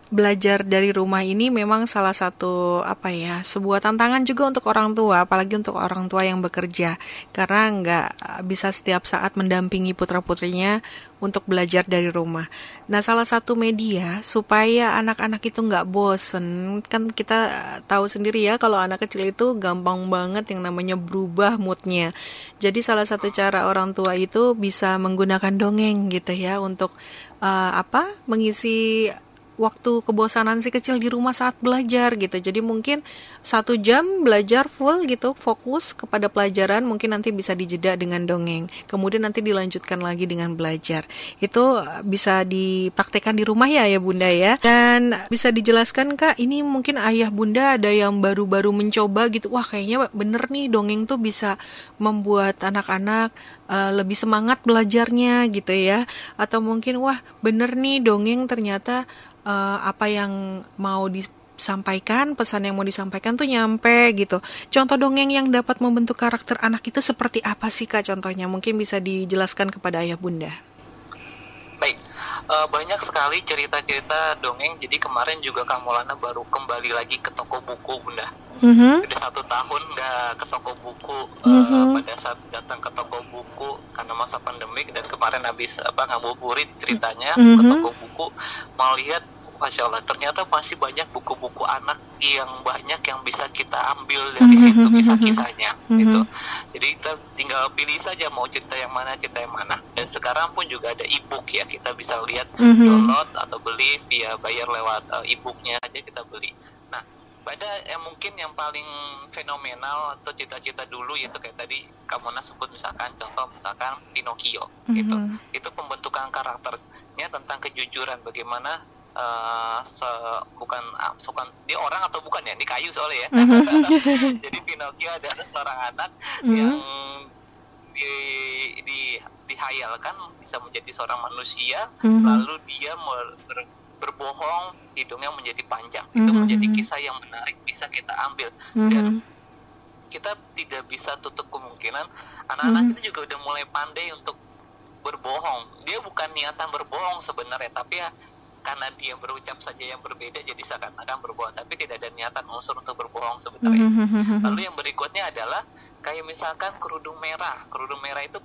belajar dari rumah ini memang salah satu apa ya, sebuah tantangan juga untuk orang tua, apalagi untuk orang tua yang bekerja, karena nggak bisa setiap saat mendampingi putra-putrinya untuk belajar dari rumah. Nah, salah satu media supaya anak-anak itu nggak bosen, kan kita tahu sendiri ya kalau anak kecil itu gampang banget yang namanya berubah moodnya. Jadi salah satu cara orang tua itu bisa menggunakan dongeng gitu ya untuk uh, apa mengisi waktu kebosanan si kecil di rumah saat belajar gitu. Jadi mungkin satu jam belajar full gitu, fokus kepada pelajaran, mungkin nanti bisa dijeda dengan dongeng. Kemudian nanti dilanjutkan lagi dengan belajar. Itu bisa dipraktekkan di rumah ya ya Bunda ya. Dan bisa dijelaskan Kak, ini mungkin ayah Bunda ada yang baru-baru mencoba gitu. Wah kayaknya bener nih dongeng tuh bisa membuat anak-anak uh, lebih semangat belajarnya gitu ya. Atau mungkin wah bener nih dongeng ternyata Uh, apa yang mau disampaikan, pesan yang mau disampaikan tuh nyampe gitu. Contoh dongeng yang dapat membentuk karakter anak itu seperti apa sih Kak contohnya? Mungkin bisa dijelaskan kepada ayah Bunda. Baik, uh, banyak sekali cerita-cerita dongeng. Jadi kemarin juga Kak Maulana baru kembali lagi ke toko buku Bunda. Mm-hmm. Udah satu tahun nggak ke toko buku. Mm-hmm. uh, pada saat datang ke toko buku karena masa pandemik dan kemarin habis apa ngabuburit ceritanya mm-hmm. ke toko buku, mau lihat Masya Allah, ternyata masih banyak buku-buku anak yang banyak yang bisa kita ambil dari situ kisah-kisahnya, mm-hmm. gitu. Jadi kita tinggal pilih saja mau cerita yang mana, cerita yang mana. Dan sekarang pun juga ada e-book ya, kita bisa lihat mm-hmm. download atau beli via bayar lewat uh, e-booknya aja kita beli. Nah, pada yang mungkin yang paling fenomenal atau cita-cita dulu yaitu kayak tadi Kamona sebut misalkan contoh misalkan Pinocchio, mm-hmm. gitu. Itu pembentukan karakternya tentang kejujuran bagaimana. Uh, se, bukan uh, bukan dia orang atau bukan ya, ini kayu soalnya ya. Jadi Pinocchio adalah seorang anak mm-hmm. yang di, di, dihayalkan bisa menjadi seorang manusia, mm-hmm. lalu dia ber, ber, berbohong, hidungnya menjadi panjang. Mm-hmm. Itu menjadi kisah yang menarik bisa kita ambil mm-hmm. dan kita tidak bisa tutup kemungkinan anak-anak mm-hmm. itu juga udah mulai pandai untuk berbohong. Dia bukan niatan berbohong sebenarnya, tapi ya karena dia berucap saja yang berbeda jadi seakan-akan berbohong, tapi tidak ada niatan unsur untuk berbohong sebenarnya. Mm-hmm. Lalu yang berikutnya adalah kayak misalkan kerudung merah. Kerudung merah itu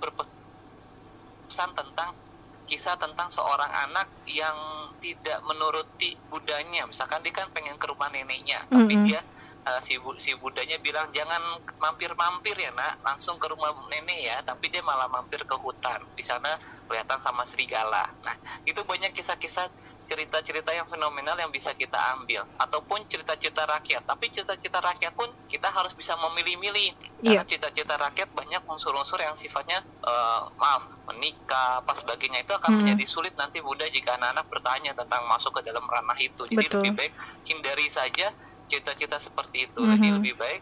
berpesan tentang kisah tentang seorang anak yang tidak menuruti budanya. Misalkan dia kan pengen ke rumah neneknya, mm-hmm. tapi dia uh, si bu, si budanya bilang jangan mampir-mampir ya nak, langsung ke rumah nenek ya, tapi dia malah mampir ke hutan. Di sana kelihatan sama serigala. Nah, itu banyak kisah-kisah cerita-cerita yang fenomenal yang bisa kita ambil, ataupun cerita-cerita rakyat. Tapi cerita-cerita rakyat pun kita harus bisa memilih-milih, karena yeah. cerita-cerita rakyat banyak unsur-unsur yang sifatnya uh, maaf menikah, apa sebagainya, itu akan hmm. menjadi sulit nanti Bunda jika anak-anak bertanya tentang masuk ke dalam ranah itu. Jadi Betul. lebih baik hindari saja cerita-cerita seperti itu. Mm-hmm. Jadi lebih baik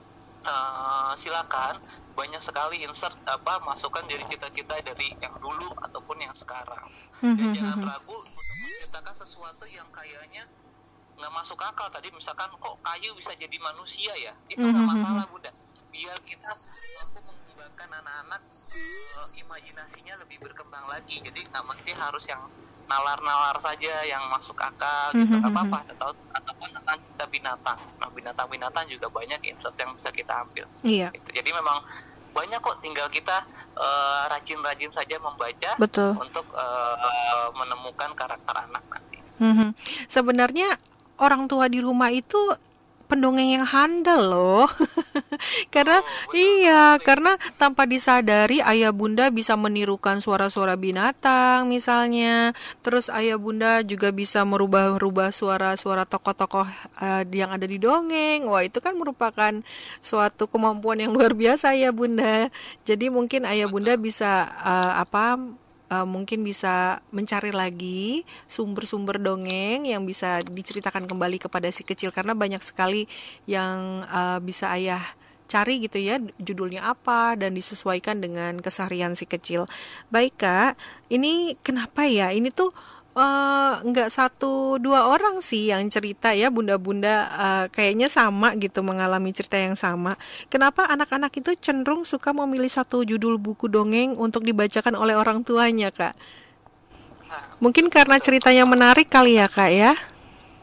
uh, silakan banyak sekali insert apa masukan dari cita-cita dari yang dulu ataupun yang sekarang. Mm-hmm. Dan jangan ragu untuk menceritakan sesuatu yang kayaknya nggak masuk akal. Tadi misalkan kok kayu bisa jadi manusia ya, itu nggak mm-hmm. masalah Bunda. Biar kita mampu mengembangkan anak-anak uh, imajinasinya lebih berkembang lagi. Jadi nggak mesti harus yang nalar-nalar saja yang masuk akal gitu, nggak mm-hmm. apa-apa. Atau ataupun tentang cerita binatang. Nah binatang-binatang juga banyak insert yang bisa kita ambil. Iya. Gitu. Jadi memang banyak kok, tinggal kita uh, rajin-rajin saja membaca. Betul. Untuk uh, menemukan karakter anak nanti. Mm-hmm. Sebenarnya orang tua di rumah itu pendongeng yang handal loh. Karena oh, iya, betul. Karena tanpa disadari ayah bunda bisa menirukan suara-suara binatang misalnya. Terus ayah bunda juga bisa merubah-rubah suara-suara tokoh-tokoh uh, yang ada di dongeng. Wah, itu kan merupakan suatu kemampuan yang luar biasa ya bunda. Jadi mungkin ayah bunda bisa uh, apa Uh, mungkin bisa mencari lagi sumber-sumber dongeng yang bisa diceritakan kembali kepada si kecil, karena banyak sekali yang uh, bisa ayah cari gitu ya, judulnya apa dan disesuaikan dengan keseharian si kecil. Baik Kak, ini kenapa ya ini tuh Uh, nggak satu dua orang sih yang cerita ya, bunda-bunda uh, kayaknya sama gitu, mengalami cerita yang sama. Kenapa anak-anak itu cenderung suka memilih satu judul buku dongeng untuk dibacakan oleh orang tuanya Kak? Mungkin karena ceritanya menarik kali ya Kak ya?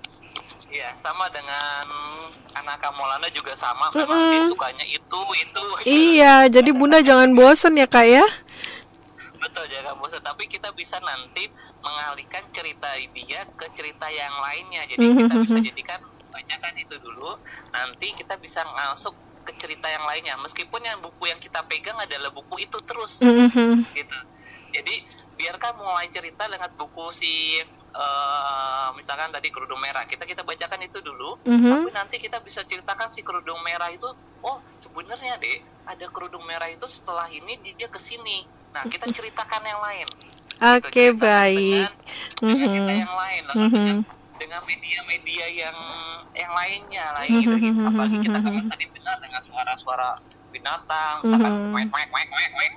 Ya, sama dengan anak Kamolana juga sama. Memang Mm-mm. dia sukanya itu, itu. Iya, jadi Bunda jangan bosen ya Kak ya. Betul, jangan bosan. Tapi kita bisa nanti mengalihkan cerita dia ke cerita yang lainnya. Jadi kita bisa jadikan bacakan itu dulu. Nanti kita bisa masuk ke cerita yang lainnya. Meskipun yang buku yang kita pegang adalah buku itu terus, gitu. Jadi biarkan mulai cerita dengan buku si uh, misalkan tadi kerudung merah, kita kita bacakan itu dulu, Mm-hmm. tapi nanti kita bisa ceritakan si kerudung merah itu, oh sebenarnya deh ada kerudung merah itu setelah ini dia kesini. Nah kita ceritakan yang lain. Oke, okay, gitu, baik. Dengan, dengan Mm-hmm. cerita yang lain, lalu Mm-hmm. dengan, dengan media-media yang yang lainnya lain gitu, gitu. Apalagi kita kan tadi benar dengan suara-suara binatang, misalkan Mm-hmm. wek wek wek wek wek.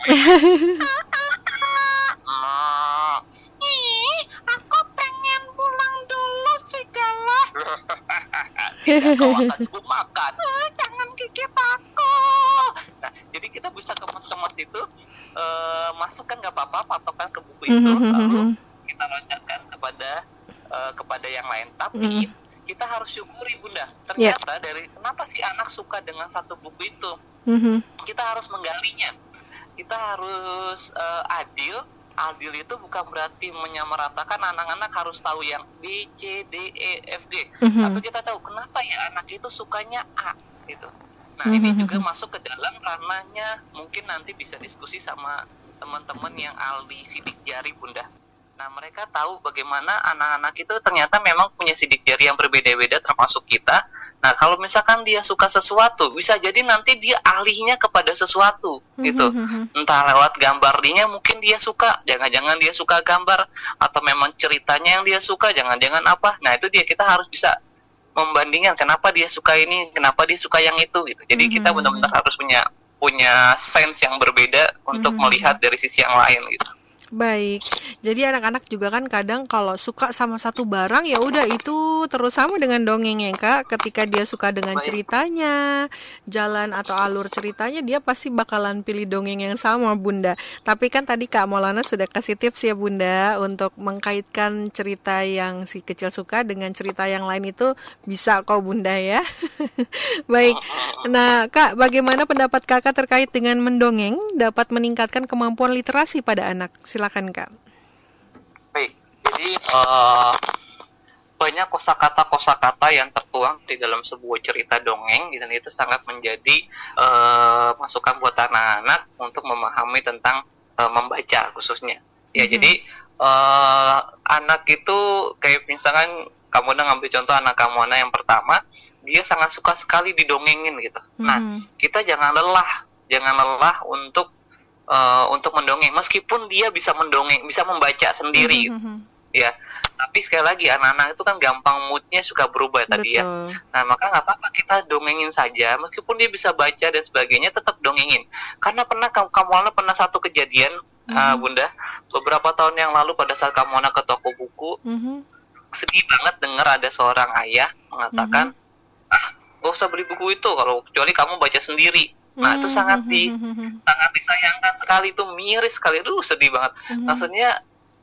Nah, ih, aku pengen pulang dulu serigala. Tidak, kau akan kumakan. Eh, jangan gigit aku. Nah, jadi kita bisa kemas-kemas itu, uh, masukkan nggak apa-apa, patokan ke buku itu, lalu kita loncatkan kepada uh, kepada yang lain. Tapi kita harus syukuri Bunda. Ternyata yeah. dari kenapa sih anak suka dengan satu buku itu? Kita harus menggalinya. Kita harus uh, adil. Adil itu bukan berarti menyamaratakan anak-anak harus tahu yang B, C, D, E, F, G. Mm-hmm. Tapi kita tahu kenapa ya anak itu sukanya A gitu. Nah mm-hmm. ini juga masuk ke dalam ranahnya, mungkin nanti bisa diskusi sama teman-teman yang ahli sidik jari Bunda. Nah mereka tahu bagaimana anak-anak itu ternyata memang punya sidik jari yang berbeda-beda termasuk kita. Nah kalau misalkan dia suka sesuatu, bisa jadi nanti dia ahlinya kepada sesuatu gitu. Entah lewat gambar dia mungkin dia suka, jangan-jangan dia suka gambar, atau memang ceritanya yang dia suka, jangan-jangan apa. Nah itu dia, kita harus bisa membandingkan kenapa dia suka ini, kenapa dia suka yang itu gitu. Jadi kita benar-benar harus punya punya sense yang berbeda untuk melihat dari sisi yang lain gitu. Baik, jadi anak-anak juga kan kadang kalau suka sama satu barang ya udah itu terus, sama dengan dongengnya Kak. Ketika dia suka dengan ceritanya, jalan atau alur ceritanya, dia pasti bakalan pilih dongeng yang sama Bunda. Tapi kan tadi Kak Maulana sudah kasih tips ya Bunda untuk mengkaitkan cerita yang si kecil suka dengan cerita yang lain, itu bisa kok Bunda ya. Baik, nah Kak, bagaimana pendapat Kakak terkait dengan mendongeng dapat meningkatkan kemampuan literasi pada anak? Silakan Kak. Baik, jadi uh, banyak kosakata-kosakata yang tertuang di dalam sebuah cerita dongeng, dan itu sangat menjadi uh, masukan buat anak-anak untuk memahami tentang uh, membaca khususnya. Ya, mm-hmm. jadi uh, anak itu kayak misalkan kamu udah ngambil contoh anak kamu anak yang pertama, dia sangat suka sekali didongengin gitu. Mm-hmm. Nah, kita jangan lelah, jangan lelah untuk Uh, untuk mendongeng, meskipun dia bisa mendongeng, bisa membaca sendiri, mm-hmm. ya. Tapi sekali lagi anak-anak itu kan gampang moodnya suka berubah. Betul. Tadi ya. Nah maka nggak apa-apa kita dongengin saja, meskipun dia bisa baca dan sebagainya, tetap dongengin. Karena pernah kamu kamu pernah satu kejadian, mm-hmm. uh, Bunda, beberapa tahun yang lalu pada saat kamu anak ke toko buku, mm-hmm. sedih banget dengar ada seorang ayah mengatakan, mm-hmm. ah gak usah beli buku itu kalau kecuali kamu baca sendiri. Nah itu sangat di sangat disayangkan sekali, itu miris sekali, itu sedih banget. Mm-hmm. Maksudnya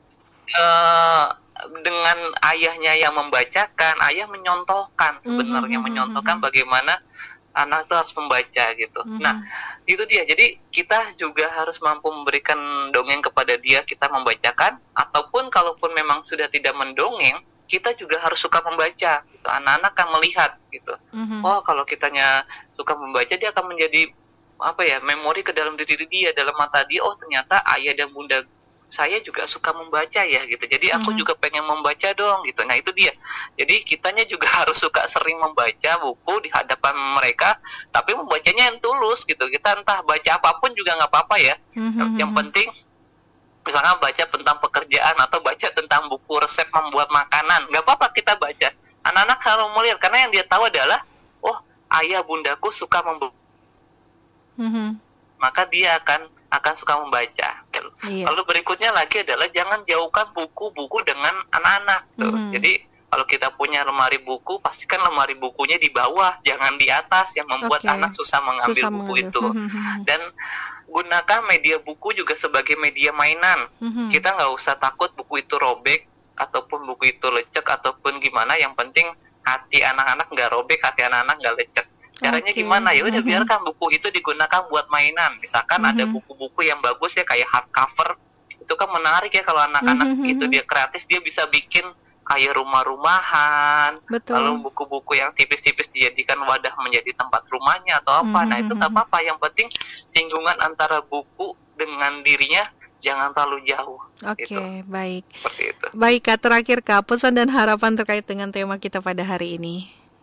uh, dengan ayahnya yang membacakan, ayah menyontohkan sebenarnya, mm-hmm. menyontohkan bagaimana anak itu harus membaca gitu. Mm-hmm. Nah itu dia. Jadi kita juga harus mampu memberikan dongeng kepada dia, kita membacakan, ataupun kalaupun memang sudah tidak mendongeng, kita juga harus suka membaca gitu. Anak-anak akan melihat gitu. Mm-hmm. Oh kalau kitanya suka membaca, dia akan menjadi apa ya, memori ke dalam diri dia, dalam mata dia, oh ternyata ayah dan bunda saya juga suka membaca ya gitu. Jadi aku mm-hmm. juga pengen membaca dong gitu. Nah itu dia. Jadi kitanya juga harus suka sering membaca buku di hadapan mereka, tapi membacanya yang tulus gitu. Kita entah baca apapun juga nggak apa-apa ya. Mm-hmm. Yang penting misalnya baca tentang pekerjaan atau baca tentang buku resep membuat makanan, nggak apa-apa kita baca. Anak-anak selalu melihat, karena yang dia tahu adalah, oh ayah bundaku suka membaca, mm-hmm. maka dia akan akan suka membaca. Iya. Lalu berikutnya lagi adalah jangan jauhkan buku-buku dengan anak-anak. Tuh. Mm-hmm. Jadi kalau kita punya lemari buku, pastikan lemari bukunya di bawah, jangan di atas, yang membuat okay. anak susah mengambil susah buku mengambil. itu. Dan gunakan media buku juga sebagai media mainan. Mm-hmm. Kita nggak usah takut buku itu robek, ataupun buku itu lecek, ataupun gimana. Yang penting hati anak-anak nggak robek, hati anak-anak nggak lecek. Caranya Oke. gimana? Ya udah Mhm. biarkan buku itu digunakan buat mainan. Misalkan ada Mhm. buku-buku yang bagus ya kayak hardcover, itu kan menarik ya kalau anak-anak itu Mhm. dia kreatif, dia bisa bikin kayak rumah-rumahan, lalu Betul. buku-buku yang tipis-tipis dijadikan wadah menjadi tempat rumahnya atau apa. Nah itu nggak Mhm. apa-apa, yang penting singgungan antara buku dengan dirinya jangan terlalu jauh. Itu Oke, baik. seperti itu. Baik Kak, terakhir Kak, pesan dan harapan terkait dengan tema kita pada hari ini.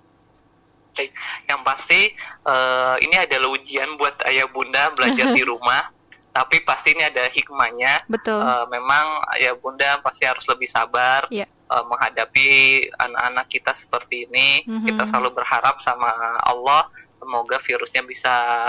Baik, yang pasti eh, ini adalah ujian buat ayah bunda belajar di rumah, tapi pasti ini ada hikmahnya. Betul. Eh, memang ayah bunda pasti harus lebih sabar Ya. eh, menghadapi anak-anak kita seperti ini. Mhm. Kita selalu berharap sama Allah, semoga virusnya bisa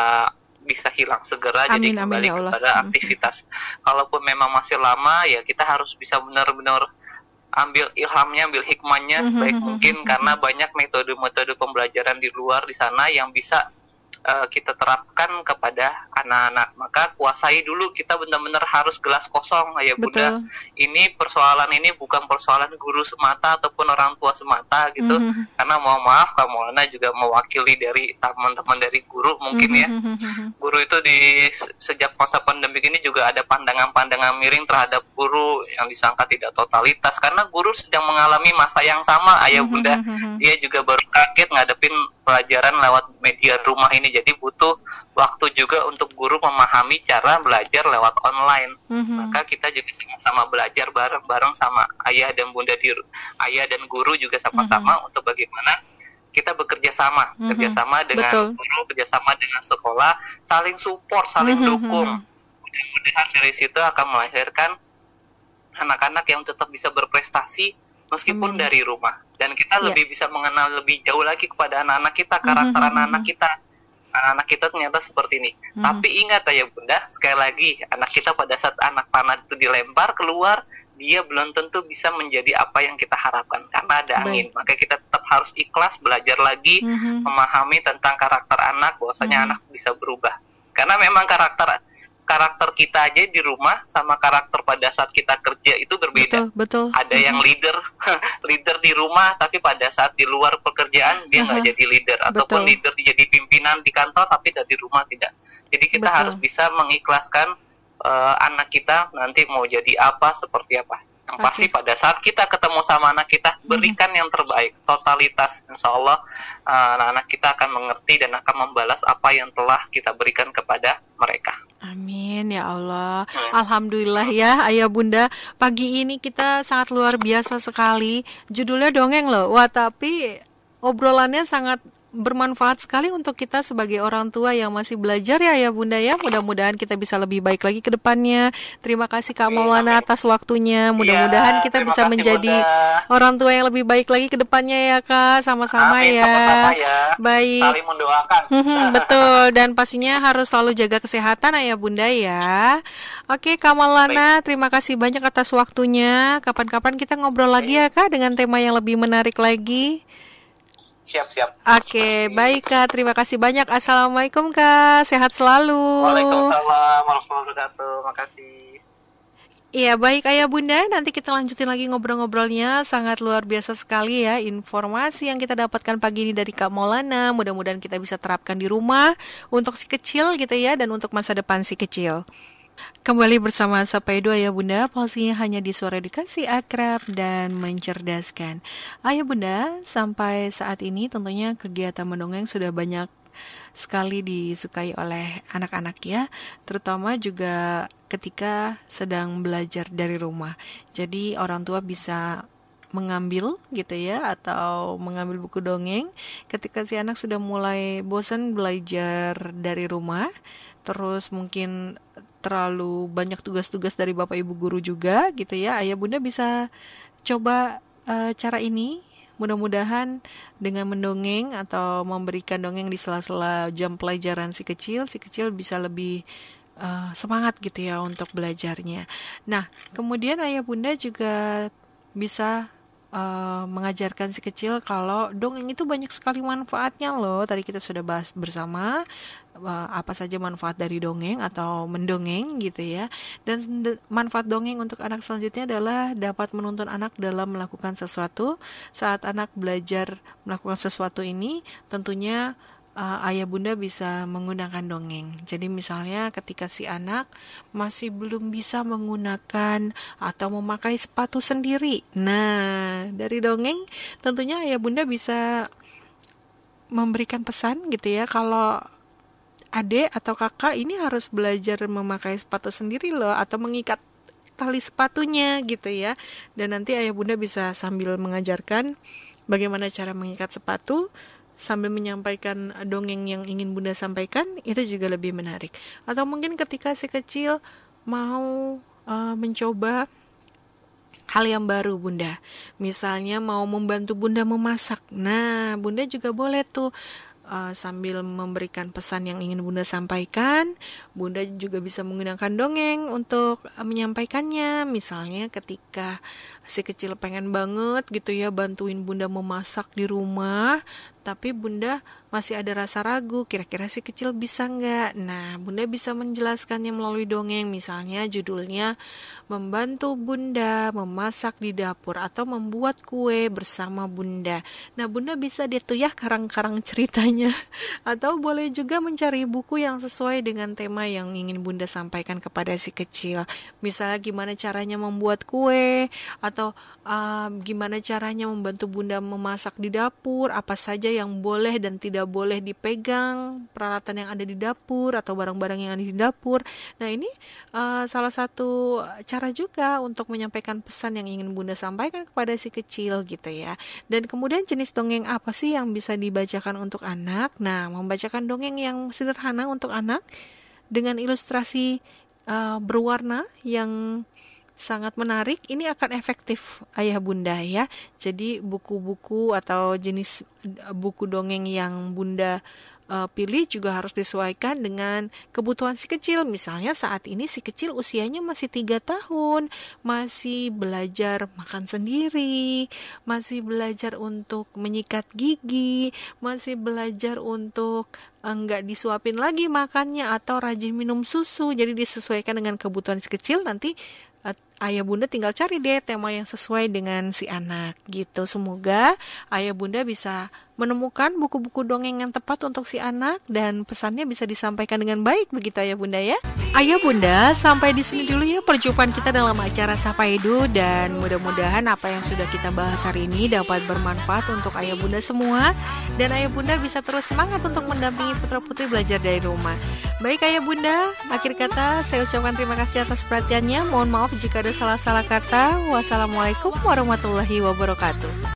bisa hilang segera, Amin, jadi amin, kembali ya Allah. kepada Mhm. aktivitas. Kalaupun memang masih lama, ya kita harus bisa benar-benar ambil ilhamnya, ambil hikmahnya sebaik mungkin, karena banyak metode-metode pembelajaran di luar di sana yang bisa uh, kita terapkan kepada anak-anak. Maka kuasai dulu, kita benar-benar harus gelas kosong, ayah bunda. Betul. Ini persoalan ini bukan persoalan guru semata ataupun orang tua semata gitu. Mhm. Karena mohon maaf, Kak Maulana juga mewakili dari teman-teman dari guru mungkin ya. Mhm. Guru itu di sejak masa pandemi ini juga ada pandangan-pandangan miring terhadap guru yang disangka tidak totalitas, karena guru sedang mengalami masa yang sama, ayah bunda. Dia juga baru kaget ngadepin pelajaran lewat media rumah ini, jadi butuh waktu juga untuk guru memahami cara belajar lewat online. Mhm. Maka kita juga sama-sama belajar bareng-bareng sama ayah dan bunda di ayah dan guru juga sama-sama untuk bagaimana kita bekerja sama, Mhm. kerjasama dengan Betul. guru, kerjasama dengan sekolah, saling support, saling Mhm. dukung. Mudah-mudahan dari situ akan melahirkan anak-anak yang tetap bisa berprestasi meskipun Amin. dari rumah. Dan kita Ya. lebih bisa mengenal lebih jauh lagi kepada anak-anak kita, karakter Mhm. anak-anak kita. Anak-anak kita ternyata seperti ini. Mhm. Tapi ingat ya bunda, sekali lagi, anak kita pada saat anak panah itu dilempar keluar, dia belum tentu bisa menjadi apa yang kita harapkan karena ada angin. Baik. Maka kita tetap harus ikhlas belajar lagi, Mhm. memahami tentang karakter anak, bahwasanya Mhm. anak bisa berubah. Karena memang karakter karakter kita aja di rumah sama karakter pada saat kita kerja itu berbeda. Betul, betul. Ada yang leader, leader di rumah, tapi pada saat di luar pekerjaan dia nggak Mhm. jadi leader, ataupun Betul. leader jadi pimpinan di kantor, tapi dari rumah tidak. Jadi kita Betul. harus bisa mengikhlaskan uh, anak kita nanti mau jadi apa, seperti apa. Yang pasti Oke. pada saat kita ketemu sama anak kita, berikan yang terbaik, totalitas. Insya Allah uh, anak-anak kita akan mengerti dan akan membalas apa yang telah kita berikan kepada mereka. Amin ya Allah. Hmm. Alhamdulillah ya ayah bunda. Pagi ini kita sangat luar biasa sekali. Judulnya dongeng loh. Wah, tapi obrolannya sangat bermanfaat sekali untuk kita sebagai orang tua yang masih belajar ya ayah bunda ya. Mudah-mudahan kita bisa lebih baik lagi ke depannya. Terima kasih Kak Amin, Maulana amin. atas waktunya. Mudah-mudahan Iya, kita terima bisa kasih, menjadi Bunda. orang tua yang lebih baik lagi ke depannya ya Kak. Sama-sama Amin, ya. sama-sama ya. Baik. Saling mendoakan. Mhm, betul, dan pastinya harus selalu jaga kesehatan ayah bunda ya. Oke Kak Maulana, terima kasih banyak atas waktunya. Kapan-kapan kita ngobrol lagi ya Kak dengan tema yang lebih menarik lagi. Siap-siap. Oke, baik Kak, terima kasih banyak. Assalamualaikum Kak, sehat selalu. Waalaikumsalam warahmatullahi wabarakatuh. Makasih. Iya baik ayah bunda, nanti kita lanjutin lagi ngobrol-ngobrolnya. Sangat luar biasa sekali ya informasi yang kita dapatkan pagi ini dari Kak Maulana. Mudah-mudahan kita bisa terapkan di rumah untuk si kecil gitu ya, dan untuk masa depan si kecil. Kembali bersama Sapa Edu Ayah Bunda, pastinya hanya di Suara Edukasi Akrab dan Mencerdaskan. Ayah Bunda, sampai saat ini tentunya kegiatan mendongeng sudah banyak sekali disukai oleh anak-anak ya, terutama juga ketika sedang belajar dari rumah. Jadi orang tua bisa mengambil gitu ya, atau mengambil buku dongeng ketika si anak sudah mulai bosan belajar dari rumah, terus mungkin terlalu banyak tugas-tugas dari bapak ibu guru juga gitu ya. Ayah bunda bisa coba uh, cara ini. Mudah-mudahan dengan mendongeng atau memberikan dongeng di sela-sela jam pelajaran si kecil, si kecil bisa lebih uh, semangat gitu ya untuk belajarnya. Nah, kemudian ayah bunda juga bisa uh, mengajarkan si kecil kalau dongeng itu banyak sekali manfaatnya loh. Tadi kita sudah bahas bersama uh, apa saja manfaat dari dongeng atau mendongeng gitu ya. Dan de- manfaat dongeng untuk anak selanjutnya adalah dapat menuntun anak dalam melakukan sesuatu. Saat anak belajar melakukan sesuatu ini, tentunya uh, ayah bunda bisa menggunakan dongeng. Jadi misalnya ketika si anak masih belum bisa menggunakan atau memakai sepatu sendiri, nah dari dongeng tentunya ayah bunda bisa memberikan pesan gitu ya, kalau adik atau kakak ini harus belajar memakai sepatu sendiri loh, atau mengikat tali sepatunya gitu ya. Dan nanti ayah bunda bisa sambil mengajarkan bagaimana cara mengikat sepatu sambil menyampaikan dongeng yang ingin bunda sampaikan, itu juga lebih menarik. Atau mungkin ketika si kecil mau uh, mencoba hal yang baru bunda, misalnya mau membantu bunda memasak, nah bunda juga boleh tuh uh, sambil memberikan pesan yang ingin bunda sampaikan, bunda juga bisa menggunakan dongeng untuk uh, menyampaikannya. Misalnya ketika si kecil pengen banget gitu ya bantuin bunda memasak di rumah, tapi bunda masih ada rasa ragu, kira-kira si kecil bisa nggak? Nah, bunda bisa menjelaskannya melalui dongeng, misalnya judulnya membantu bunda memasak di dapur atau membuat kue bersama bunda. Nah, bunda bisa deh tuh ya karang-karang ceritanya, atau boleh juga mencari buku yang sesuai dengan tema yang ingin bunda sampaikan kepada si kecil. Misalnya gimana caranya membuat kue, atau uh, gimana caranya membantu bunda memasak di dapur, apa saja yang boleh dan tidak boleh dipegang, peralatan yang ada di dapur atau barang-barang yang ada di dapur. Nah ini uh, salah satu cara juga untuk menyampaikan pesan yang ingin bunda sampaikan kepada si kecil gitu ya. Dan kemudian jenis dongeng apa sih yang bisa dibacakan untuk anak? Nah, membacakan dongeng yang sederhana untuk anak dengan ilustrasi uh, berwarna yang sangat menarik, ini akan efektif ayah bunda ya. Jadi buku-buku atau jenis buku dongeng yang bunda uh, pilih juga harus disesuaikan dengan kebutuhan si kecil. Misalnya saat ini si kecil usianya masih tiga tahun, masih belajar makan sendiri, masih belajar untuk menyikat gigi, masih belajar untuk enggak disuapin lagi makannya atau rajin minum susu. Jadi disesuaikan dengan kebutuhan si kecil, nanti ayah bunda tinggal cari deh tema yang sesuai dengan si anak gitu. Semoga ayah bunda bisa menemukan buku-buku dongeng yang tepat untuk si anak dan pesannya bisa disampaikan dengan baik, begitu ayah bunda ya. Ayah bunda, sampai di sini dulu ya perjumpaan kita dalam acara Sapa Edu, dan mudah-mudahan apa yang sudah kita bahas hari ini dapat bermanfaat untuk ayah bunda semua, dan ayah bunda bisa terus semangat untuk mendampingi putra-putri belajar dari rumah. Baik ayah bunda, akhir kata saya ucapkan terima kasih atas perhatiannya. Mohon maaf jika ada salah-salah kata. Wassalamualaikum warahmatullahi wabarakatuh.